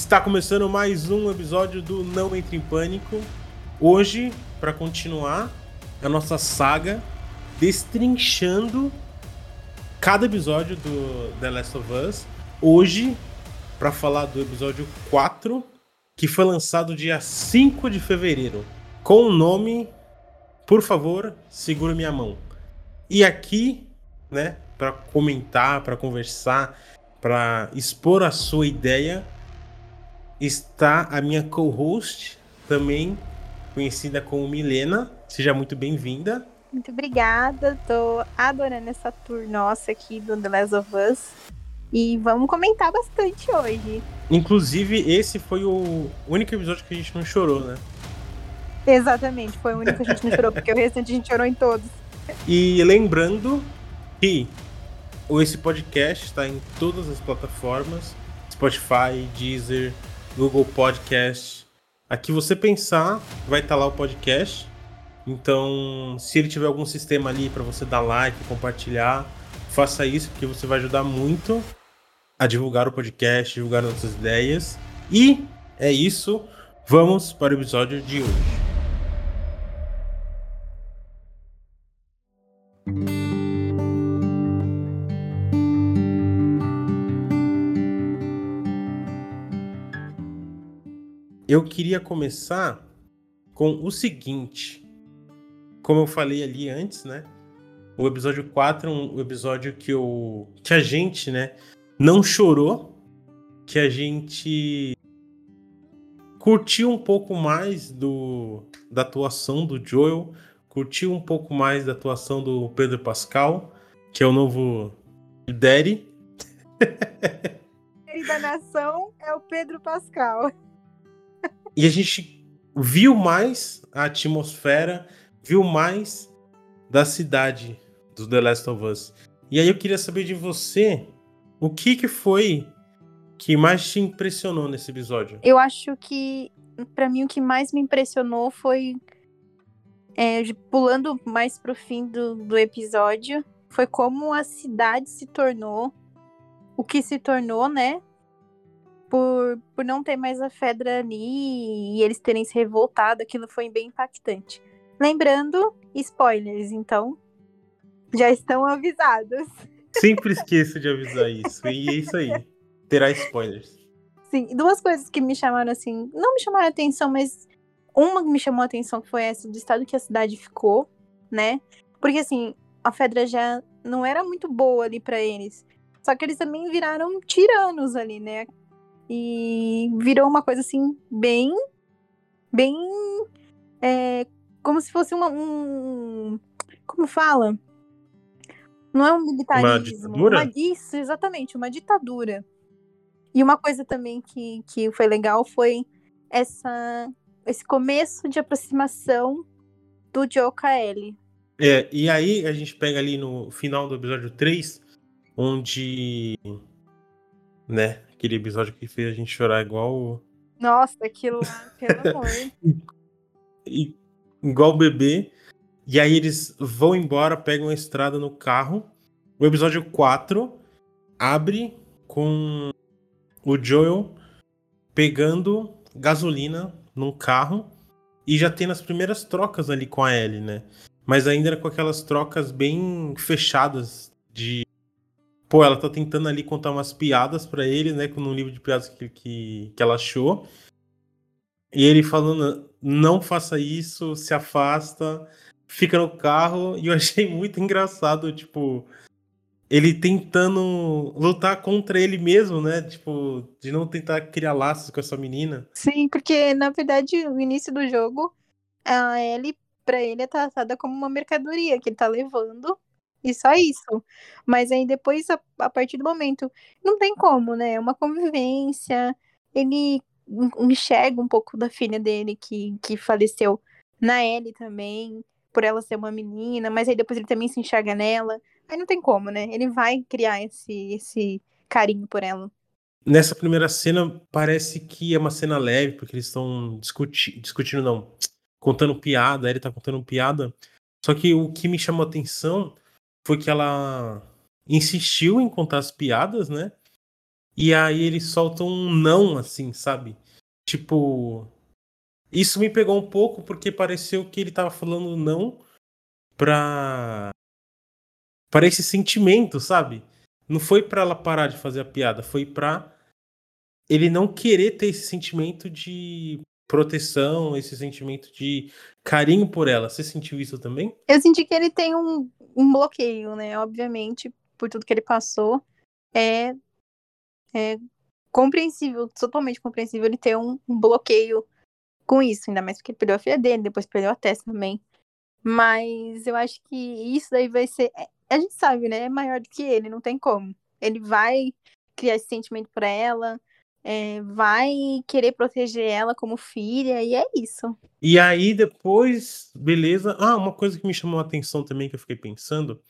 Está começando mais um episódio do Não Entre em Pânico. Hoje, para continuar a nossa saga, destrinchando cada episódio do The Last of Us. Hoje, para falar do episódio 4, que foi lançado dia 5 de fevereiro, com o nome, por favor, segura minha mão. E aqui, né, para comentar, para conversar, para expor a sua ideia, está a minha co-host, também conhecida como Milena. Seja muito bem-vinda. Muito obrigada, tô adorando essa tour nossa aqui do The Last of Us. E vamos comentar bastante hoje. Inclusive, esse foi o único episódio que a gente não chorou, né? Exatamente, foi o único que a gente não chorou, porque o restante a gente chorou em todos. E lembrando que esse podcast está em todas as plataformas: Spotify, Deezer, Google Podcast. Aqui você pensar, vai estar lá o podcast. Então, se ele tiver algum sistema ali para você dar like, compartilhar, faça isso, porque você vai ajudar muito a divulgar o podcast, divulgar nossas ideias. E é isso, vamos para o episódio de hoje. Eu queria começar com o seguinte. Como eu falei ali antes, né? O episódio 4 é um episódio que a gente, né, não chorou, que a gente curtiu um pouco mais da atuação do Joel, curtiu um pouco mais da atuação do Pedro Pascal, que é o novo Daddy. E da nação é o Pedro Pascal. E a gente viu mais a atmosfera, viu mais da cidade do The Last of Us. E aí eu queria saber de você, o que foi que mais te impressionou nesse episódio? Eu acho que, pra mim, o que mais me impressionou foi, pulando mais pro fim do episódio, foi como a cidade se tornou o que se tornou, né? Por não ter mais a Fedra ali e eles terem se revoltado, aquilo foi bem impactante. Lembrando, spoilers, então já estão avisados. Sempre esqueço de avisar isso. E é isso aí. Terá spoilers. Sim, duas coisas que me chamaram assim, não me chamaram a atenção, mas uma que me chamou a atenção foi essa do estado que a cidade ficou, né? Porque assim, a Fedra já não era muito boa ali pra eles. Só que eles também viraram tiranos ali, né? E virou uma coisa assim, bem como se fosse como fala? Não é um Uma militarismo, ditadura? isso, exatamente, uma ditadura. E uma coisa também que foi legal foi esse começo de aproximação do Joe com a Ellie. E aí a gente pega ali no final do episódio 3, onde, né, aquele episódio que fez a gente chorar igual... Nossa, aquilo lá, pelo amor. igual bebê. E aí eles vão embora, pegam a estrada no carro. O episódio 4 abre com o Joel pegando gasolina num carro e já tendo as primeiras trocas ali com a Ellie, né? Mas ainda era com aquelas trocas bem fechadas de... Pô, ela tá tentando ali contar umas piadas pra ele, né? Com um livro de piadas que ela achou. E ele falando, não faça isso, se afasta, fica no carro. E eu achei muito engraçado, tipo... Ele tentando lutar contra ele mesmo, né? Tipo, de não tentar criar laços com essa menina. Sim, porque na verdade o início do jogo, a Ellie, pra ele, é tratada como uma mercadoria que ele tá levando. E só isso. Mas aí depois, a partir do momento, não tem como, né? É uma convivência. Ele enxerga um pouco da filha dele que faleceu na Ellie também, por ela ser uma menina, mas aí depois ele também se enxerga nela. Aí não tem como, né? Ele vai criar esse carinho por ela. Nessa primeira cena, parece que é uma cena leve, porque eles estão discutindo, não, contando piada, ele tá contando piada. Só que o que me chamou a atenção foi que ela insistiu em contar as piadas, né? E aí ele solta um não, assim, sabe? Tipo, isso me pegou um pouco porque pareceu que ele tava falando não pra, pra esse sentimento, sabe? Não foi pra ela parar de fazer a piada, foi pra ele não querer ter esse sentimento de proteção, esse sentimento de carinho por ela. Você sentiu isso também? Eu senti que ele tem um bloqueio, né? Obviamente, por tudo que ele passou, é, é compreensível, totalmente compreensível ele ter um bloqueio com isso, ainda mais porque ele perdeu a filha dele, depois perdeu a Tess também. Mas eu acho que isso daí vai ser. A gente sabe, né? É maior do que ele, não tem como. Ele vai criar esse sentimento pra ela, vai querer proteger ela como filha, e é isso. E aí depois, beleza. Ah, uma coisa que me chamou a atenção também que eu fiquei pensando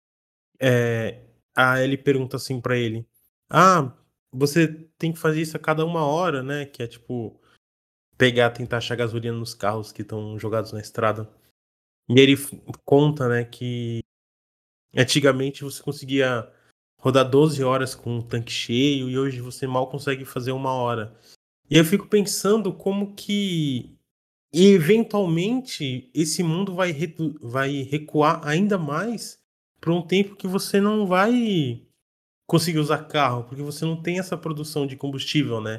é a Ellie pergunta assim pra ele: "Ah, você tem que fazer isso a cada 1 hora, né?" Que é tipo pegar, tentar achar gasolina nos carros que estão jogados na estrada. E ele conta, né, que antigamente você conseguia rodar 12 horas com um tanque cheio e hoje você mal consegue fazer 1 hora. E eu fico pensando como que eventualmente esse mundo vai recuar ainda mais para um tempo que você não vai conseguir usar carro, porque você não tem essa produção de combustível, né?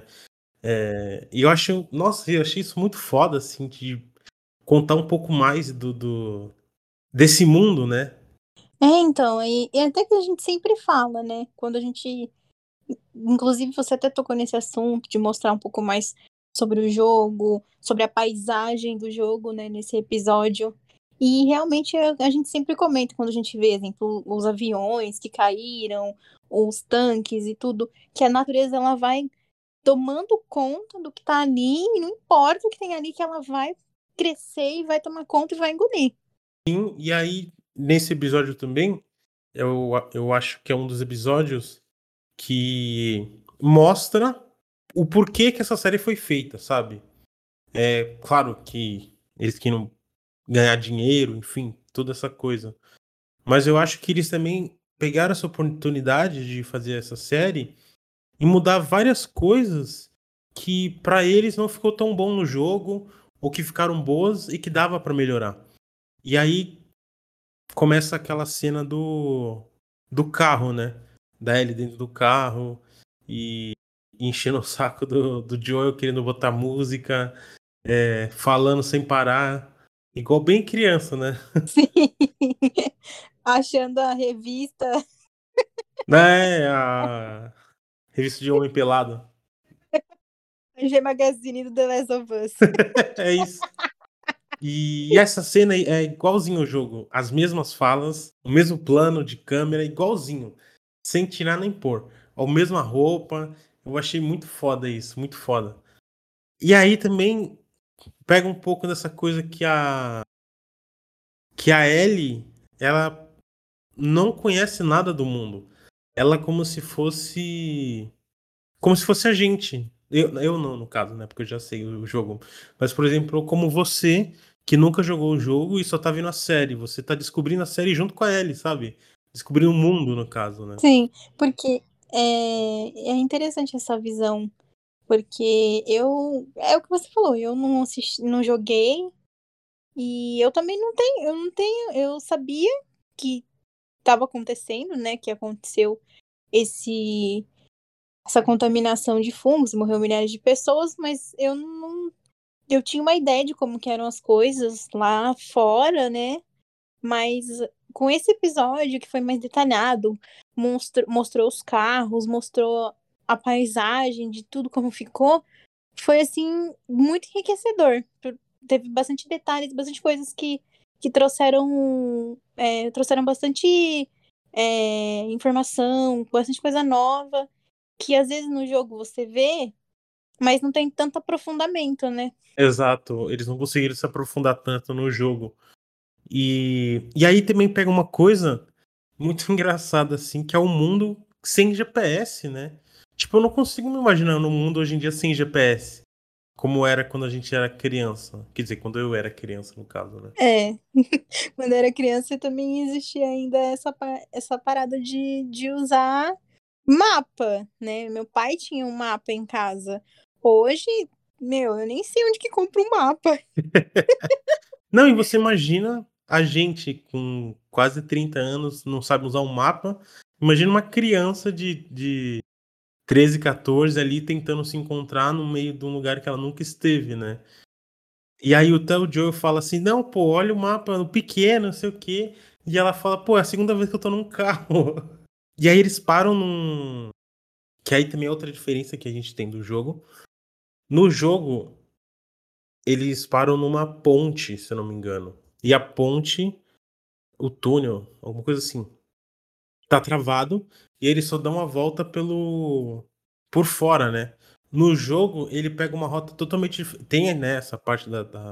E eu acho, nossa, eu achei isso muito foda, assim, de contar um pouco mais desse mundo, né? Então, e até que a gente sempre fala, né? Quando a gente. Inclusive, você até tocou nesse assunto de mostrar um pouco mais sobre o jogo, sobre a paisagem do jogo, né, nesse episódio. E realmente a gente sempre comenta quando a gente vê, exemplo, os aviões que caíram, os tanques e tudo, que a natureza ela vai tomando conta do que tá ali, e não importa o que tem ali, que ela vai crescer e vai tomar conta e vai engolir. Sim, e aí, nesse episódio também, eu acho que é um dos episódios que mostra o porquê que essa série foi feita, sabe? É claro que eles queriam ganhar dinheiro, enfim, toda essa coisa. Mas eu acho que eles também pegaram essa oportunidade de fazer essa série e mudar várias coisas que pra eles não ficou tão bom no jogo ou que ficaram boas e que dava pra melhorar. E aí começa aquela cena do carro, né? Da Ellie dentro do carro e enchendo o saco do Joel querendo botar música, falando sem parar, igual bem criança, né? Sim. Achando a revista Né? A revista de Homem Pelado. G Magazine do The Last of Us. É isso. E essa cena é igualzinho ao jogo. As mesmas falas, o mesmo plano de câmera, igualzinho. Sem tirar nem pôr. A mesma roupa. Eu achei muito foda isso, muito foda. E aí também pega um pouco dessa coisa que a Ellie, ela não conhece nada do mundo. Ela como se fosse a gente. Eu não, no caso, né? Porque eu já sei o jogo. Mas, por exemplo, como você, que nunca jogou o jogo e só tá vendo a série. Você tá descobrindo a série junto com a Ellie, sabe? Descobrindo o mundo, no caso, né? Sim, porque é interessante essa visão, porque é o que você falou, eu não assisti, não joguei e eu também eu sabia que estava acontecendo, né, que aconteceu esse essa contaminação de fungos, morreu milhares de pessoas, mas eu tinha uma ideia de como que eram as coisas lá fora, né? Mas com esse episódio que foi mais detalhado, mostrou os carros, mostrou a paisagem de tudo como ficou, foi assim muito enriquecedor. Teve bastante detalhes, bastante coisas que trouxeram bastante informação, bastante coisa nova, que às vezes no jogo você vê, mas não tem tanto aprofundamento, né? Exato. Eles não conseguiram se aprofundar tanto no jogo. E aí também pega uma coisa muito engraçada, assim, que é o mundo sem GPS, né? Tipo, eu não consigo me imaginar no mundo hoje em dia sem GPS. Como era quando a gente era criança. Quer dizer, quando eu era criança, no caso, né? É, quando eu era criança também existia ainda essa parada de usar. mapa, né? Meu pai tinha um mapa em casa. Hoje, eu nem sei onde que compra um mapa. Não, e você imagina a gente com quase 30 anos não sabe usar um mapa. Imagina uma criança de 13, 14 ali tentando se encontrar no meio de um lugar que ela nunca esteve, né? E aí o Tell Joe fala assim: não, pô, olha o mapa o pequeno, não sei o quê. E ela fala: pô, é a segunda vez que eu tô num carro. E aí eles param num. Que aí também é outra diferença que a gente tem do jogo. No jogo, eles param numa ponte, se eu não me engano. E a ponte, o túnel, alguma coisa assim, tá travado. E eles só dão a volta por fora, né? No jogo, ele pega uma rota totalmente. Tem, né, essa parte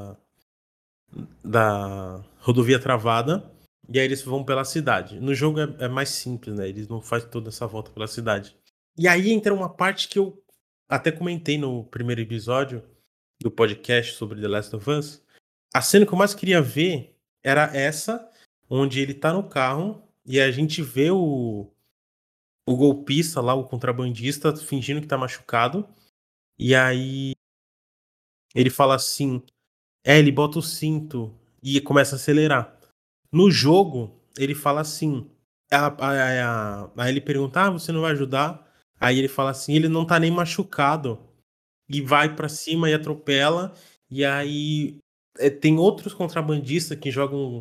da rodovia travada. E aí eles vão pela cidade. No jogo é mais simples, né? Eles não fazem toda essa volta pela cidade. E aí entra uma parte que eu até comentei no primeiro episódio do podcast sobre The Last of Us. A cena que eu mais queria ver era essa, onde ele tá no carro e a gente vê o golpista lá, o contrabandista, fingindo que tá machucado. E aí ele fala assim: ele bota o cinto e começa a acelerar. No jogo, ele fala assim. Aí ele pergunta: ah, você não vai ajudar? Aí ele fala assim: ele não tá nem machucado. E vai pra cima e atropela. E aí tem outros contrabandistas que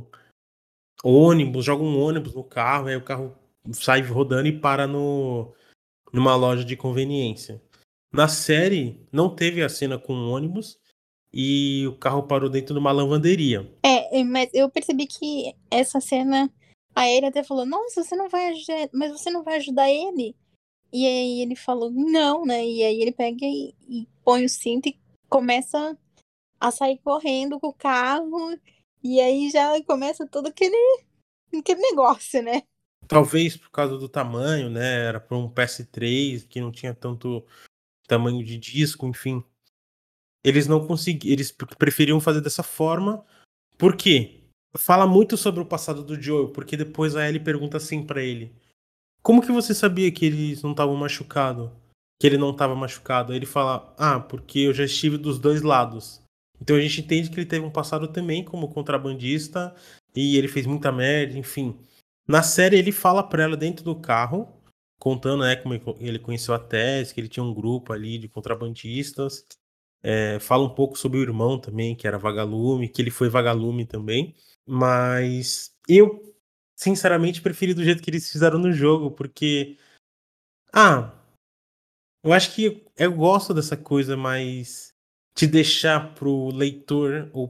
jogam um ônibus no carro. Aí o carro sai rodando e para numa loja de conveniência. Na série, não teve a cena com o ônibus e o carro parou dentro de uma lavanderia. Mas eu percebi que essa cena, a ele até falou, nossa, você não vai ajudar, mas você não vai ajudar ele? E aí ele falou, não, né? E aí ele pega e põe o cinto e começa a sair correndo com o carro. E aí já começa todo aquele negócio, né? Talvez por causa do tamanho, né? Era para um PS3 que não tinha tanto tamanho de disco, enfim. Eles não conseguiram, eles preferiam fazer dessa forma. Por quê? Fala muito sobre o passado do Joel, porque depois a Ellie pergunta assim pra ele: como que você sabia que eles não estavam machucados? Que ele não estava machucado? Aí ele fala: ah, porque eu já estive dos dois lados. Então a gente entende que ele teve um passado também como contrabandista e ele fez muita merda, enfim. Na série ele fala pra ela dentro do carro, contando, né, como ele conheceu a Tess, que ele tinha um grupo ali de contrabandistas. Fala um pouco sobre o irmão também, que era vagalume, que ele foi vagalume também. Mas eu, sinceramente, preferi do jeito que eles fizeram no jogo, porque. Ah, eu acho que eu gosto dessa coisa mais. Te deixar pro leitor ou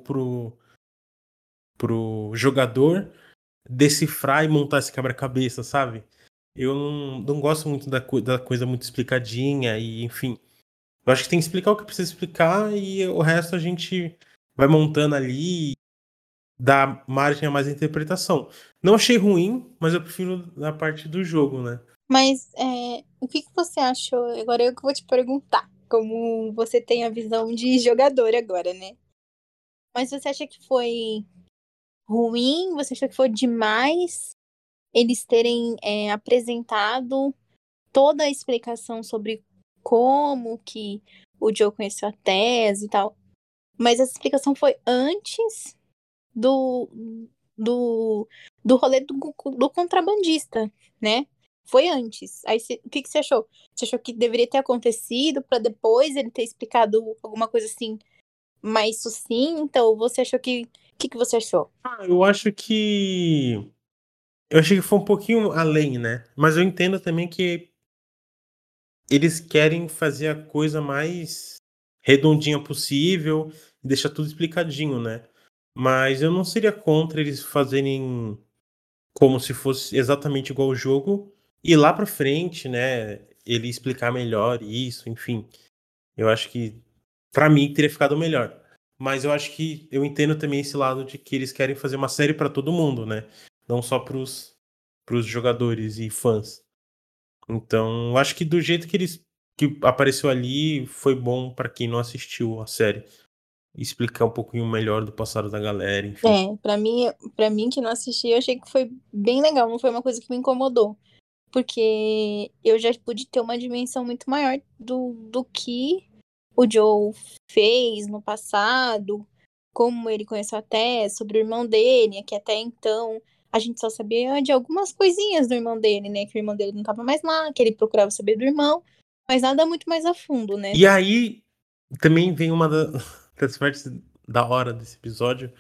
pro jogador decifrar e montar esse quebra-cabeça, sabe? Eu não gosto muito da coisa muito explicadinha e, enfim. Eu acho que tem que explicar o que precisa explicar e o resto a gente vai montando ali e dá margem a mais interpretação. Não achei ruim, mas eu prefiro a parte do jogo, né? Mas o que você achou? Agora eu que vou te perguntar, como você tem a visão de jogador agora, né? Mas você acha que foi ruim? Você achou que foi demais eles terem apresentado toda a explicação sobre como que o Joe conheceu a Tess e tal? Mas essa explicação foi antes do, do, do rolê do contrabandista, né? Foi antes. Aí o que você achou? Você achou que deveria ter acontecido para depois ele ter explicado alguma coisa assim mais sucinta? Ou você achou que. O que você achou? Eu acho que. Eu achei que foi um pouquinho além, né? Mas eu entendo também que eles querem fazer a coisa mais redondinha possível e deixar tudo explicadinho, né? Mas eu não seria contra eles fazerem como se fosse exatamente igual o jogo e lá pra frente, né, ele explicar melhor isso, enfim. Eu acho que pra mim teria ficado melhor. Mas eu acho que eu entendo também esse lado de que eles querem fazer uma série pra todo mundo, né? Não só pros jogadores e fãs. Então, eu acho que do jeito que apareceu ali foi bom pra quem não assistiu a série. Explicar um pouquinho melhor do passado da galera, enfim. Pra mim que não assisti, eu achei que foi bem legal, não foi uma coisa que me incomodou. porque eu já pude ter uma dimensão muito maior do que o Joe fez no passado, como ele conheceu a Tess, sobre o irmão dele, que até então a gente só sabia de algumas coisinhas do irmão dele, né? Que o irmão dele não tava mais lá, que ele procurava saber do irmão, mas nada muito mais a fundo, né? E aí também vem uma das partes da hora desse episódio.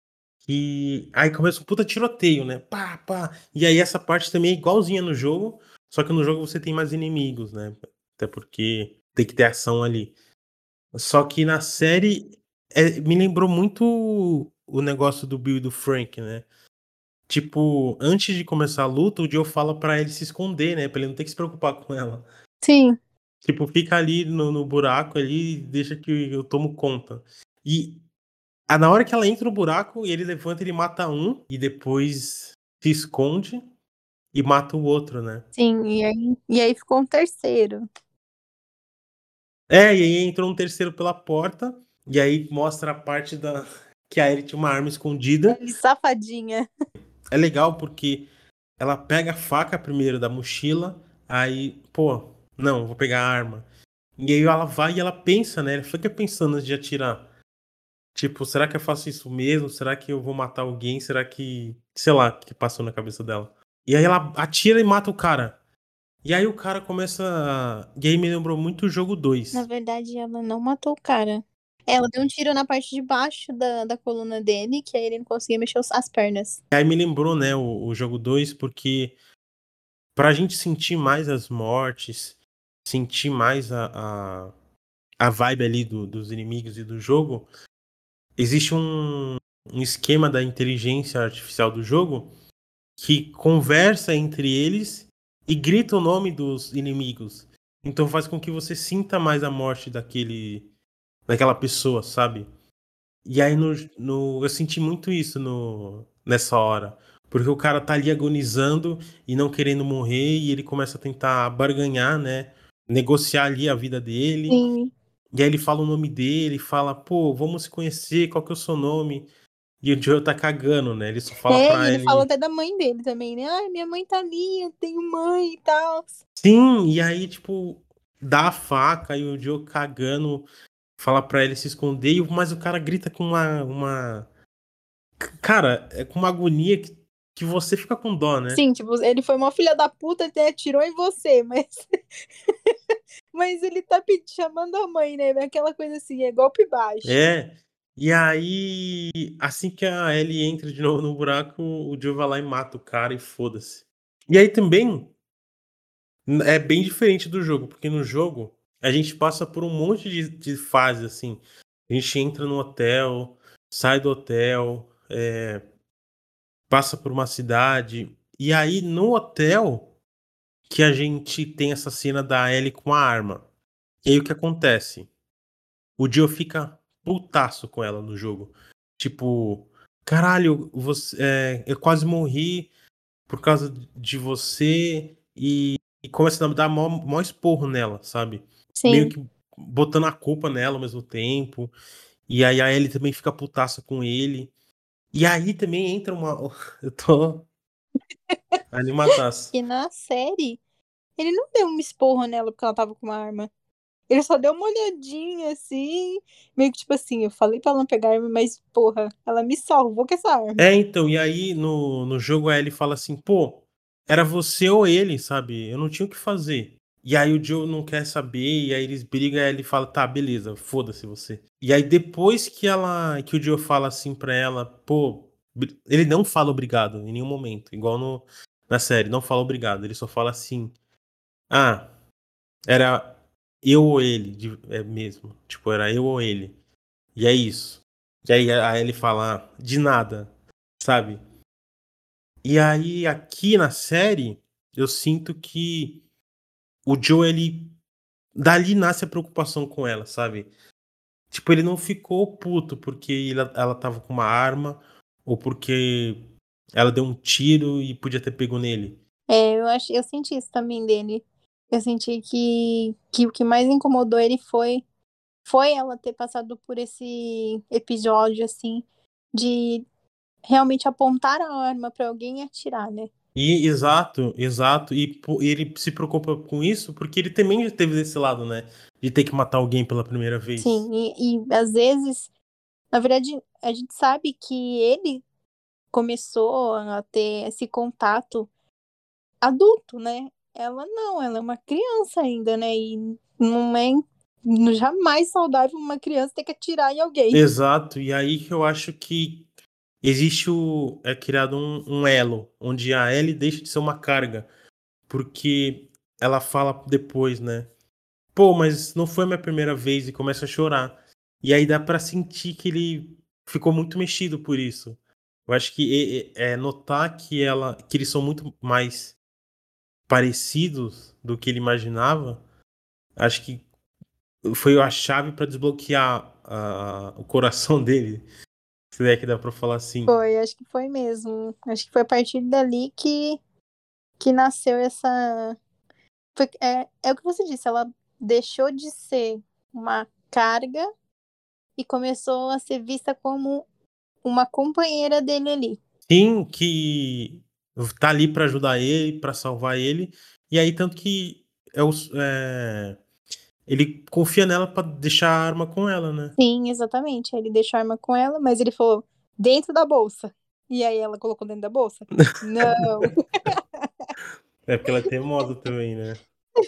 E aí começa um puta tiroteio, né? Pá, pá. E aí essa parte também é igualzinha no jogo, só que no jogo você tem mais inimigos, né? Até porque tem que ter ação ali. Só que na série me lembrou muito o negócio do Bill e do Frank, né? Tipo, antes de começar a luta, o Joe fala pra ele se esconder, né? Pra ele não ter que se preocupar com ela. Sim, Tipo, fica ali no buraco ali e deixa que eu tomo conta. E na hora que ela entra no buraco, ele levanta, ele mata um e depois se esconde e mata o outro, né? sim, e aí ficou um terceiro. É, e aí entrou um terceiro pela porta, e aí mostra a parte da que a Ellie tinha uma arma escondida. Ele safadinha. É legal porque ela pega a faca primeiro da mochila, aí, pô, não, vou pegar a arma. E aí ela vai e ela pensa, né? Ela fica pensando antes de atirar. Tipo, será que eu faço isso mesmo? Será que eu vou matar alguém? Será que, sei lá, o que passou na cabeça dela? E aí ela atira e mata o cara. E aí o cara começa. E aí me lembrou muito o jogo Na 2. verdade, ela não matou o cara. Ela deu um tiro na parte de baixo da coluna dele, que aí ele não conseguia mexer as pernas. E aí me lembrou, né, o jogo 2 porque pra gente sentir mais as mortes, sentir mais a vibe ali dos inimigos e do jogo, existe um esquema da inteligência artificial do jogo que conversa entre eles e grita o nome dos inimigos. Então faz com que você sinta mais a morte daquela pessoa, sabe? E aí eu senti muito isso nessa hora. Porque o cara tá ali agonizando e não querendo morrer, e ele começa a tentar barganhar, né? Negociar ali a vida dele. Sim. E aí ele fala o nome dele, fala, pô, vamos se conhecer, qual que é o seu nome? E o Joe tá cagando, né? Ele só fala É, e pra ele falou ele. até da mãe dele também, né? Ai, minha mãe tá ali, eu tenho mãe e tal. Sim, e aí, tipo, dá a faca e o Joe cagando, fala pra ele se esconder, mas o cara grita com uma. Cara, é com uma agonia que você fica com dó, né? Sim, tipo, ele foi uma filha da puta, até atirou em você, mas, mas ele tá chamando a mãe, né? Aquela coisa assim, é golpe baixo. É. E aí, assim que a Ellie entra de novo no buraco, o Joe vai lá e mata o cara e foda-se. E aí também é bem diferente do jogo, porque no jogo a gente passa por um monte de fases, assim. A gente entra no hotel, sai do hotel, passa por uma cidade. E aí, no hotel, que a gente tem essa cena da Ellie com a arma. E aí o que acontece? O Joe fica putaço com ela no jogo. Tipo, caralho, eu quase morri por causa de você. E começa a dar mó esporro nela, sabe? Meio Sim. que botando a culpa nela ao mesmo tempo. E aí a Ellie também fica putaça com ele. E aí também entra uma. Eu tô animadaço. E na série, ele não deu um esporro nela porque ela tava com uma arma. Ele só deu uma olhadinha assim, meio que tipo assim, eu falei pra ela não pegar arma, mas porra, ela me salvou com essa arma. É, então, e aí no jogo a Ellie fala assim, pô, era você ou ele, sabe? Eu não tinha o que fazer. E aí o Joe não quer saber, e aí eles brigam, e a Ellie fala, tá, beleza, foda-se você. E aí depois que o Joe fala assim pra ela, pô, ele não fala obrigado em nenhum momento, igual na série, não fala obrigado, ele só fala assim, ah, era eu ou ele, mesmo, tipo, era eu ou ele. E é isso. E aí a Ellie fala, de nada, sabe? E aí, aqui na série, eu sinto que o Joe, ele. Dali nasce a preocupação com ela, sabe? Tipo, ele não ficou puto porque ela tava com uma arma ou porque ela deu um tiro e podia ter pego nele. É, eu senti isso também dele. Eu senti que o que mais incomodou ele foi ela ter passado por esse episódio, assim, de realmente apontar a arma pra alguém e atirar, né? E exato, exato. E ele se preocupa com isso porque ele também já teve desse lado, né? De ter que matar alguém pela primeira vez. Sim, e às vezes, na verdade, a gente sabe que ele começou a ter esse contato adulto, né? Ela não, ela é uma criança ainda, né? E não é jamais saudável uma criança ter que atirar em alguém. Exato. E aí que eu acho que existe é criado um elo, onde a Ellie deixa de ser uma carga. Porque ela fala depois, né? Pô, mas não foi a minha primeira vez e começa a chorar. E aí dá pra sentir que ele ficou muito mexido por isso. Eu acho que é notar que eles são muito mais parecidos do que ele imaginava. Acho que foi a chave pra desbloquear o coração dele, se é que dá pra falar assim. Foi, acho que foi mesmo. Acho que foi a partir dali que nasceu essa. É o que você disse, ela deixou de ser uma carga e começou a ser vista como uma companheira dele ali. Sim, que tá ali pra ajudar ele, pra salvar ele. E aí tanto que ele confia nela pra deixar a arma com ela, né? Sim, exatamente. Aí ele deixou a arma com ela, mas ele falou dentro da bolsa. E aí ela colocou dentro da bolsa? Não. É porque ela é teimosa também, né?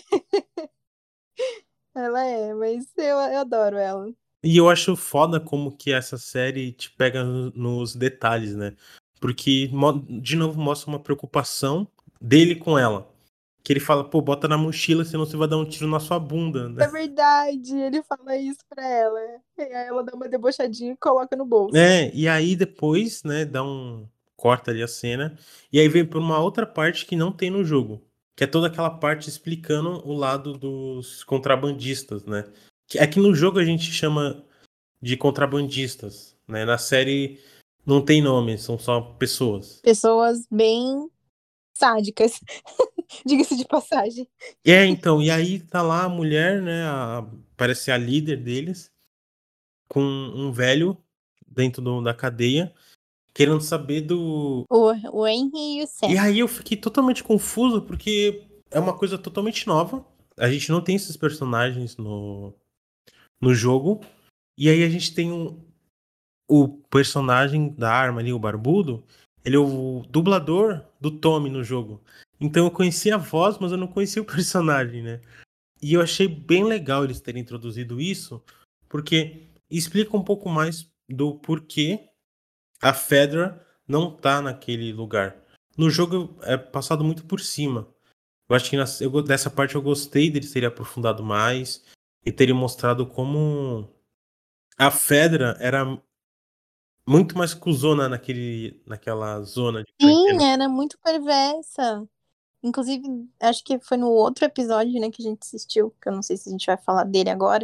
Ela é, mas eu adoro ela. E eu acho foda como que essa série te pega nos detalhes, né? Porque, de novo, mostra uma preocupação dele com ela. Que ele fala, pô, bota na mochila, senão você vai dar um tiro na sua bunda, né? É verdade, ele fala isso pra ela. E aí ela dá uma debochadinha e coloca no bolso. É, e aí depois, né, corta ali a cena, e aí vem pra uma outra parte que não tem no jogo, que é toda aquela parte explicando o lado dos contrabandistas, né? É que no jogo a gente chama de contrabandistas, né? Na série não tem nome, são só pessoas. Pessoas bem sádicas, diga-se de passagem. Então, e aí tá lá a mulher, né, parece a líder deles, com um velho dentro da cadeia, querendo saber do. O Henry e o E Sam. aí eu fiquei totalmente confuso, porque é uma coisa totalmente nova. A gente não tem esses personagens no jogo. E aí a gente tem o personagem da arma ali, o barbudo. Ele é o dublador do Tommy no jogo. Então eu conhecia a voz, mas eu não conhecia o personagem, né? E eu achei bem legal eles terem introduzido isso, porque explica um pouco mais do porquê a Fedra não tá naquele lugar. No jogo é passado muito por cima. Eu acho que dessa parte eu gostei deles terem aprofundado mais e terem mostrado como a Fedra era muito mais cuzona naquela zona de Sim, quarentena. era muito perversa. Inclusive, acho que foi no outro episódio, né, que a gente assistiu, que eu não sei se a gente vai falar dele agora.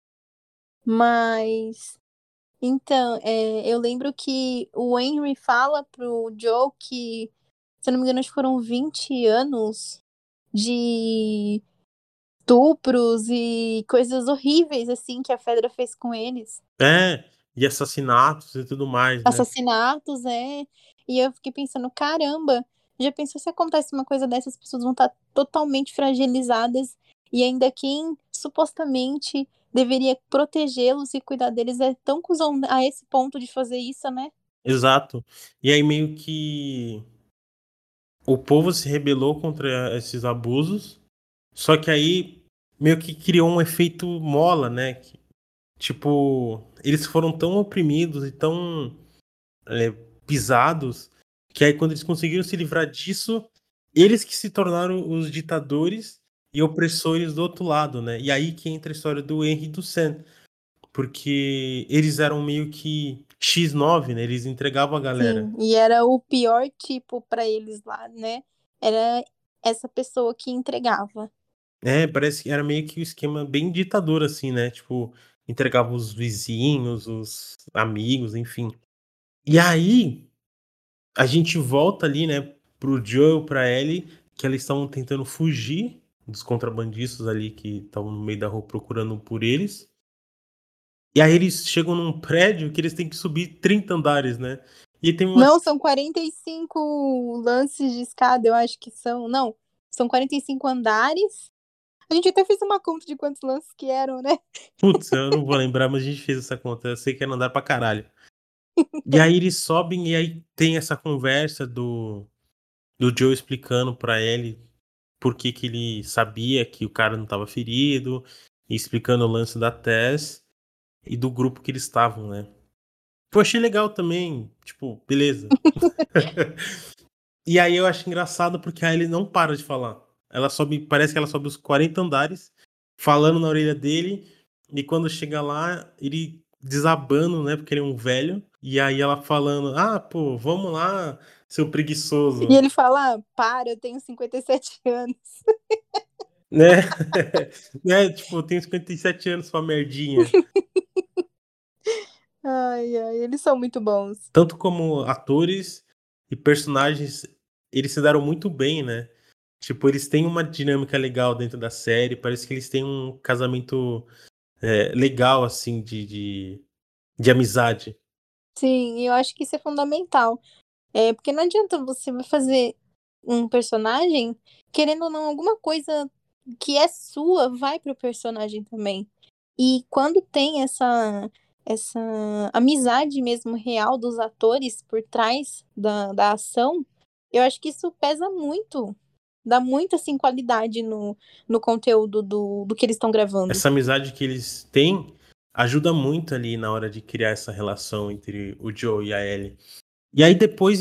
Mas, então, eu lembro que o Henry fala pro Joe que, se eu não me engano, acho que foram 20 anos de estupros e coisas horríveis, assim, que a Fedra fez com eles. É, e assassinatos e tudo mais, né? Assassinatos, é. E eu fiquei pensando, caramba, já pensou se acontece uma coisa dessas, as pessoas vão estar totalmente fragilizadas e ainda quem supostamente deveria protegê-los e cuidar deles é tão cuzão a esse ponto de fazer isso, né? Exato. E aí meio que o povo se rebelou contra esses abusos, só que aí meio que criou um efeito mola, né? Tipo, eles foram tão oprimidos e tão é, pisados que aí quando eles conseguiram se livrar disso, eles que se tornaram os ditadores e opressores do outro lado, né? E aí que entra a história do Henry e do Sam, porque eles eram meio que X9, né? Eles entregavam a galera. Sim, e era o pior tipo pra eles lá, né? Era essa pessoa que entregava. É, parece que era meio que um esquema bem ditador, assim, né? Tipo, entregava os vizinhos, os amigos, enfim. E aí, a gente volta ali, né, pro Joel, pra Ellie, que eles estão tentando fugir dos contrabandistas ali que estavam no meio da rua procurando por eles. E aí eles chegam num prédio que eles têm que subir 30 andares, né? E tem umas. Não, são 45 lances de escada, eu acho que são. Não, são 45 andares. A gente até fez uma conta de quantos lances que eram, né? Putz, eu não vou lembrar, mas a gente fez essa conta. Eu sei que era andar pra caralho. E aí eles sobem e aí tem essa conversa do Joe explicando pra ele por que que ele sabia que o cara não tava ferido, e explicando o lance da Tess e do grupo que eles estavam, né? Pô, achei legal também, tipo, beleza. E aí eu acho engraçado porque a Ellie não para de falar. Ela sobe, parece que ela sobe os 40 andares, falando na orelha dele, e quando chega lá, ele desabando, né? Porque ele é um velho. E aí ela falando: Ah, pô, vamos lá, seu E preguiçoso. ele fala: ah, para, eu tenho 57 anos. Né? Né? Tipo, eu tenho 57 anos, sua merdinha. Ai, ai, eles são muito bons. Tanto como atores e personagens, eles se deram muito bem, né? Tipo, eles têm uma dinâmica legal dentro da série. Parece que eles têm um casamento legal, assim, de amizade. Sim, eu acho que isso é fundamental. É, porque não adianta você vai fazer um personagem, querendo ou não, alguma coisa que é sua vai pro personagem também. E quando tem essa amizade mesmo real dos atores por trás da ação, eu acho que isso pesa muito. Dá muita, assim, qualidade no conteúdo do que eles estão gravando. Essa amizade que eles têm ajuda muito ali na hora de criar essa relação entre o Joe e a Ellie. E aí depois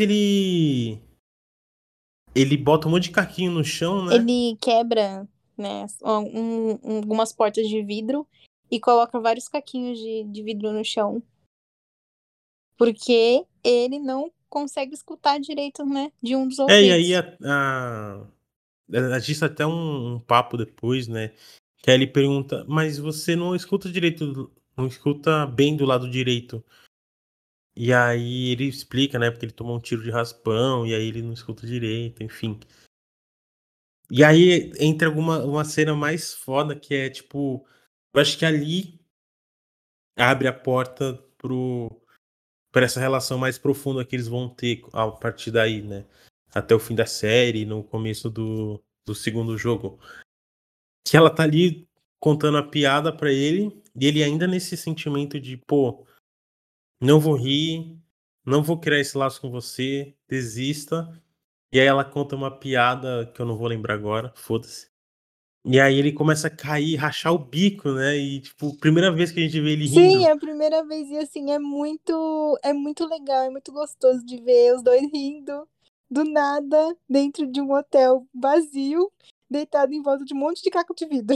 ele bota um monte de caquinho no chão, né? Ele quebra, né, algumas portas de vidro e coloca vários caquinhos de vidro no chão, porque ele não consegue escutar direito, né, de um dos E aí ouvidos. a gente até um papo depois, né? Que aí ele pergunta, mas você não escuta direito, não escuta bem do lado direito. E aí ele explica, né? Porque ele tomou um tiro de raspão, e aí ele não escuta direito, enfim. E aí entra uma cena mais foda que é tipo. Eu acho que ali abre a porta pra essa relação mais profunda que eles vão ter a partir daí, né? Até o fim da série, no começo do segundo jogo. Que ela tá ali contando a piada pra ele, e ele ainda nesse sentimento de, pô, não vou rir, não vou criar esse laço com você, desista. E aí ela conta uma piada que eu não vou lembrar agora, foda-se. E aí ele começa a cair, rachar o bico, né? E, tipo, primeira vez que a gente vê ele Sim, rindo. é a primeira vez e assim é muito legal, é muito gostoso de ver os dois rindo do nada dentro de um hotel vazio, deitado em volta de um monte de caco de vidro,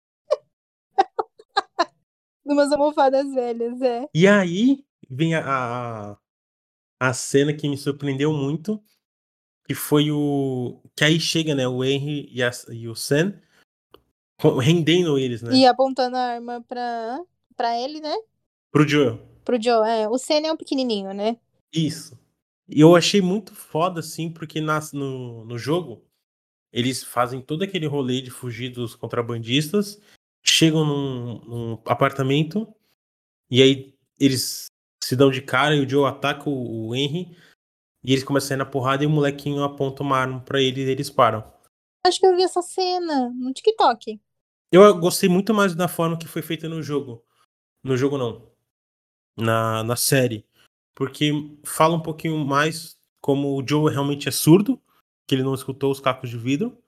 numas almofadas velhas, é. E aí vem a cena que me surpreendeu muito, que foi o. Que aí chega, né? O Henry e o Sam rendendo eles, né? E apontando a arma pra ele, né? Pro Joel. Pro Joe, é. O Senna é um pequenininho, né? Isso. E eu achei muito foda, assim, porque no jogo eles fazem todo aquele rolê de fugir dos contrabandistas, chegam num apartamento, e aí eles se dão de cara e o Joe ataca o Henry, e eles começam a sair na porrada e o molequinho aponta uma arma pra ele e eles param. Acho que eu vi essa cena no TikTok. Eu gostei muito mais da forma que foi feita no jogo. No jogo não, na série. Porque fala um pouquinho mais como o Joe realmente é surdo, que ele não escutou os cacos de vidro.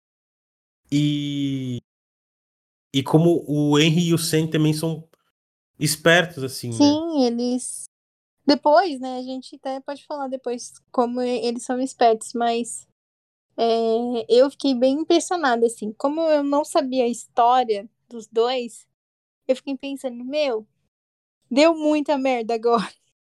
E, e como o Henry e o Sam também são espertos, assim, né? Sim, eles. Depois, né? A gente até pode falar depois como eles são espertos, mas eu fiquei bem impressionada, assim. Como eu não sabia a história dos dois, eu fiquei pensando, meu, deu muita merda agora.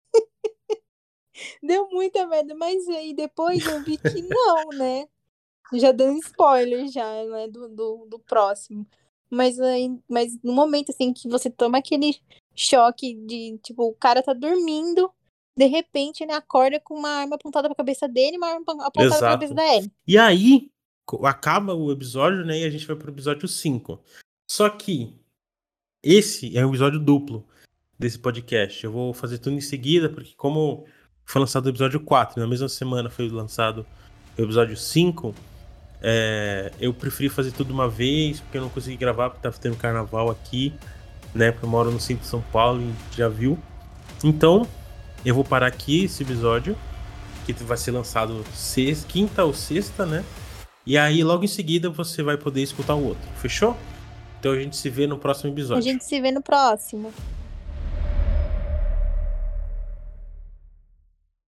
Deu muita merda, mas aí depois eu vi que não, né? Já dando spoiler já, né, do próximo. Mas no momento, assim, que você toma aquele choque de, tipo, o cara tá dormindo, de repente ele acorda com uma arma apontada pra cabeça dele e uma arma apontada pra cabeça Exato. da Ellie. E aí acaba o episódio, né? E a gente vai pro episódio 5. Só que esse é um episódio duplo desse podcast. Eu vou fazer tudo em seguida, porque como foi lançado o episódio 4. Na mesma semana foi lançado o episódio 5. Eu preferi fazer tudo uma vez, porque eu não consegui gravar, porque tava tendo carnaval aqui, né? Porque eu moro no centro de São Paulo e já viu. Então, eu vou parar aqui esse episódio, que vai ser lançado quinta ou sexta, né? E aí, logo em seguida, você vai poder escutar o outro. Fechou? Então a gente se vê no próximo A episódio. gente se vê no próximo.